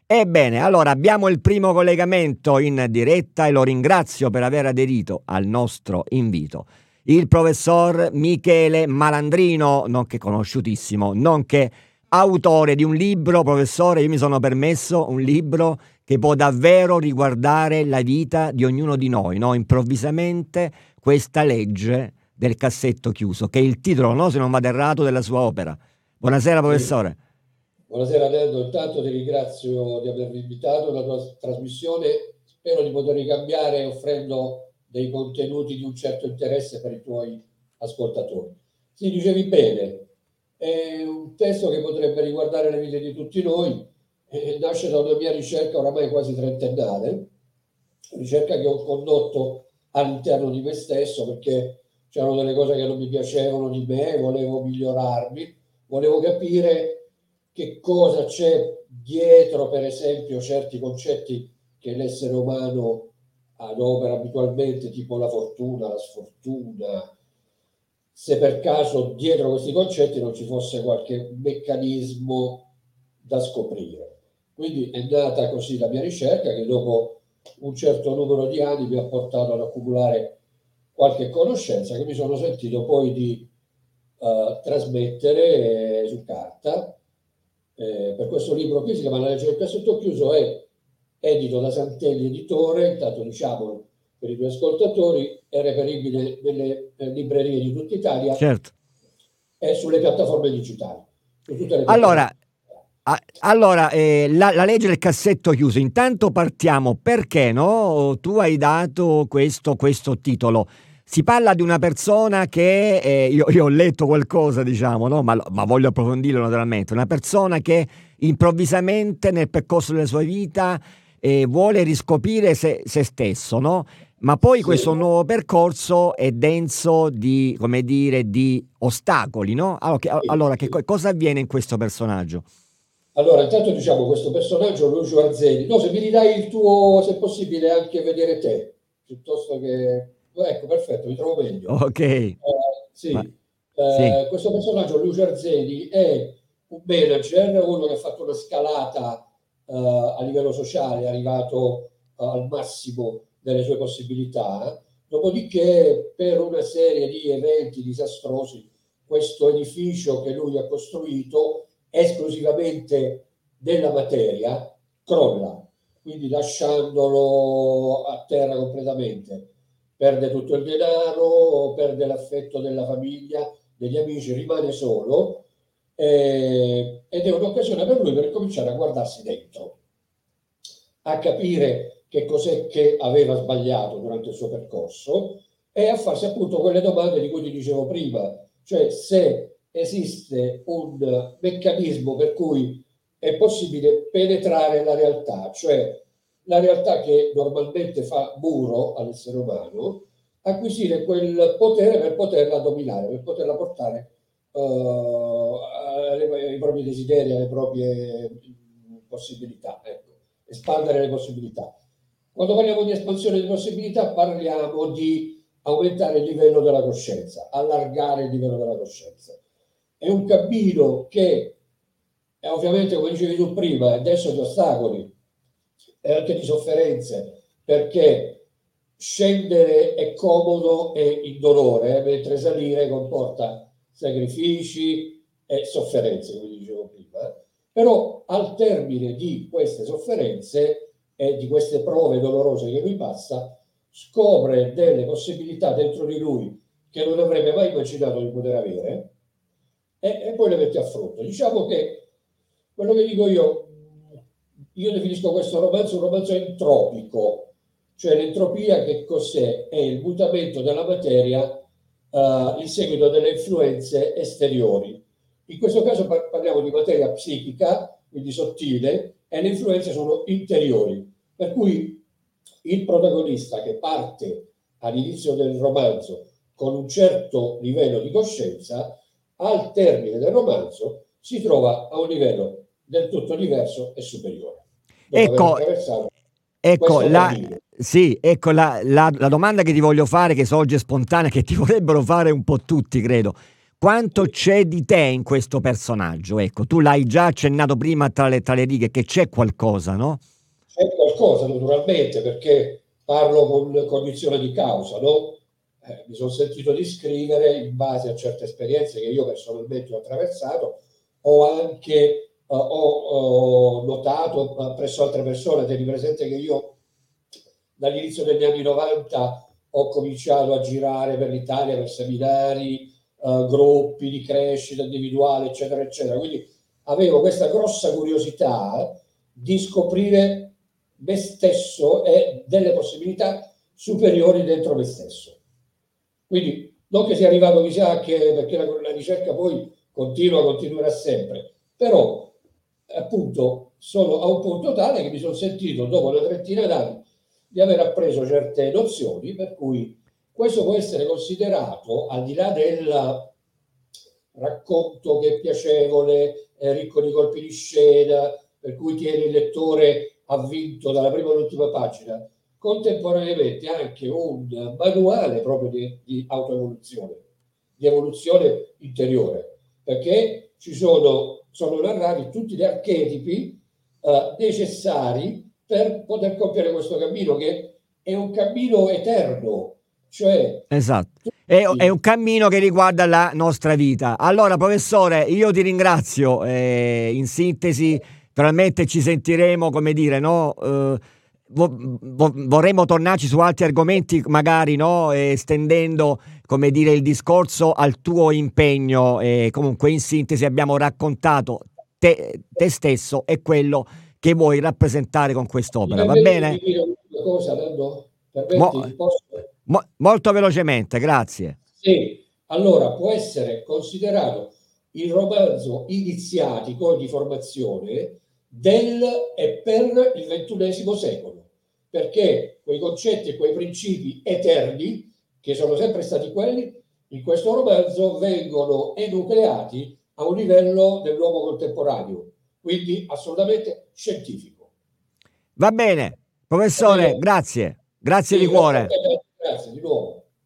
Ebbene, allora abbiamo il primo collegamento in diretta e lo ringrazio per aver aderito al nostro invito. Il professor Michele Malandrino, nonché conosciutissimo, nonché autore di un libro, professore, io mi sono permesso un libro che può davvero riguardare la vita di ognuno di noi, no? Improvvisamente questa legge del cassetto chiuso, che è il titolo, no, se non vado errato, della sua opera. Buonasera, Sì. professore. Buonasera Nello, intanto ti ringrazio di avermi invitato alla tua trasmissione, spero di poter ricambiare offrendo dei contenuti di un certo interesse per i tuoi ascoltatori. Sì, dicevi bene, è un testo che potrebbe riguardare le vite di tutti noi, nasce da una mia ricerca oramai quasi trentennale, ricerca che ho condotto all'interno di me stesso perché c'erano delle cose che non mi piacevano di me, volevo migliorarmi, volevo capire che cosa c'è dietro, per esempio, certi concetti che l'essere umano adopera abitualmente, tipo la fortuna, la sfortuna, se per caso dietro questi concetti non ci fosse qualche meccanismo da scoprire. Quindi è nata così la mia ricerca, che dopo un certo numero di anni mi ha portato ad accumulare qualche conoscenza che mi sono sentito poi di trasmettere su carta. Per questo libro qui si chiama La legge del cassetto chiuso, è edito da Santelli Editore, intanto diciamolo per i tuoi ascoltatori, è reperibile nelle librerie di tutta Italia Certo. e sulle piattaforme digitali, su tutte le piattaforme. Allora, la legge del cassetto chiuso, intanto partiamo perché, no? Tu hai dato questo titolo. Si parla di una persona che, io ho letto qualcosa, diciamo, no? Ma voglio approfondirlo naturalmente. Una persona che improvvisamente nel percorso della sua vita vuole riscoprire se stesso, no? Ma poi Sì. questo nuovo percorso è denso di, come dire, di ostacoli, no? Sì, Allora, sì. cosa avviene in questo personaggio? Allora, intanto diciamo questo personaggio, Lucio Arzeni. No, se mi ridai il tuo, se è possibile, anche vedere te, piuttosto che... Ecco, perfetto, mi trovo meglio. Ok, ma Sì, sì, questo personaggio, Lucio Arzeni, è un manager, uno che ha fatto una scalata a livello sociale, è arrivato al massimo delle sue possibilità. Dopodiché, per una serie di eventi disastrosi, questo edificio che lui ha costruito esclusivamente della materia crolla, quindi lasciandolo a terra completamente. Perde tutto il denaro, perde l'affetto della famiglia, degli amici, rimane solo ed è un'occasione per lui per cominciare a guardarsi dentro, a capire che cos'è che aveva sbagliato durante il suo percorso e a farsi appunto quelle domande di cui ti dicevo prima, cioè se esiste un meccanismo per cui è possibile penetrare la realtà, cioè la realtà che normalmente fa muro all'essere umano, acquisire quel potere per poterla dominare, per poterla portare ai propri desideri, alle proprie possibilità, ecco, espandere le possibilità. Quando parliamo di espansione di possibilità parliamo di aumentare il livello della coscienza, allargare il livello della coscienza. È un cammino che è ovviamente, come dicevi tu prima, è denso di ostacoli e anche di sofferenze, perché scendere è comodo e indolore, mentre salire comporta sacrifici e sofferenze, come dicevo prima. Però al termine di queste sofferenze e di queste prove dolorose che lui passa, scopre delle possibilità dentro di lui che non avrebbe mai immaginato di poter avere e poi le mette a frutto. Diciamo che quello che dico io definisco questo romanzo un romanzo entropico, cioè l'entropia che cos'è? È il mutamento della materia in seguito a delle influenze esteriori. In questo caso parliamo di materia psichica, quindi sottile, e le influenze sono interiori. Per cui il protagonista che parte all'inizio del romanzo con un certo livello di coscienza, al termine del romanzo si trova a un livello del tutto diverso e superiore, dopo aver ecco, attraversato ecco, questo cammino. sì, ecco la domanda che ti voglio fare, che sorge spontanea, che ti vorrebbero fare un po' tutti, credo. quanto c'è di te in questo personaggio? Ecco, tu l'hai già accennato prima tra le righe, che c'è qualcosa, no? C'è qualcosa naturalmente, perché parlo con cognizione di causa, no? Mi sono sentito di scrivere in base a certe esperienze che io personalmente ho attraversato, ho anche ho notato presso altre persone. Tieni presente che io dall'inizio degli anni 90 ho cominciato a girare per l'Italia per seminari, gruppi di crescita individuale, eccetera, eccetera. Quindi avevo questa grossa curiosità di scoprire me stesso e delle possibilità superiori dentro me stesso. Quindi non che sia arrivato chissà che, perché la ricerca poi continuerà sempre, però appunto sono a un punto tale che mi sono sentito dopo una trentina d'anni di aver appreso certe nozioni, per cui questo può essere considerato, al di là del racconto che è piacevole, è ricco di colpi di scena, per cui tiene il lettore avvinto dalla prima all'ultima pagina, contemporaneamente anche un manuale proprio di autoevoluzione, di evoluzione interiore, perché sono narrati tutti gli archetipi necessari per poter compiere questo cammino, che è un cammino eterno, cioè Esatto. È un cammino che riguarda la nostra vita. Allora, professore, io ti ringrazio. In sintesi, veramente ci sentiremo, come dire, no? Vorremmo tornarci su altri argomenti, magari, no? Estendendo, come dire, il discorso al tuo impegno. Comunque, in sintesi, abbiamo raccontato te stesso e quello che vuoi rappresentare con mi quest'opera. Va permetti di bene? dire una cosa, Nando? Mo- Permetti? Posso? molto velocemente, grazie. Sì, allora può essere considerato il romanzo iniziatico di formazione del e per il XXI secolo, perché quei concetti e quei principi eterni, che sono sempre stati quelli, in questo romanzo vengono enucleati a un livello dell'uomo contemporaneo, quindi assolutamente scientifico. Va bene, Va bene? professore, grazie, grazie di Sì, grazie a cuore. te, grazie di nuovo.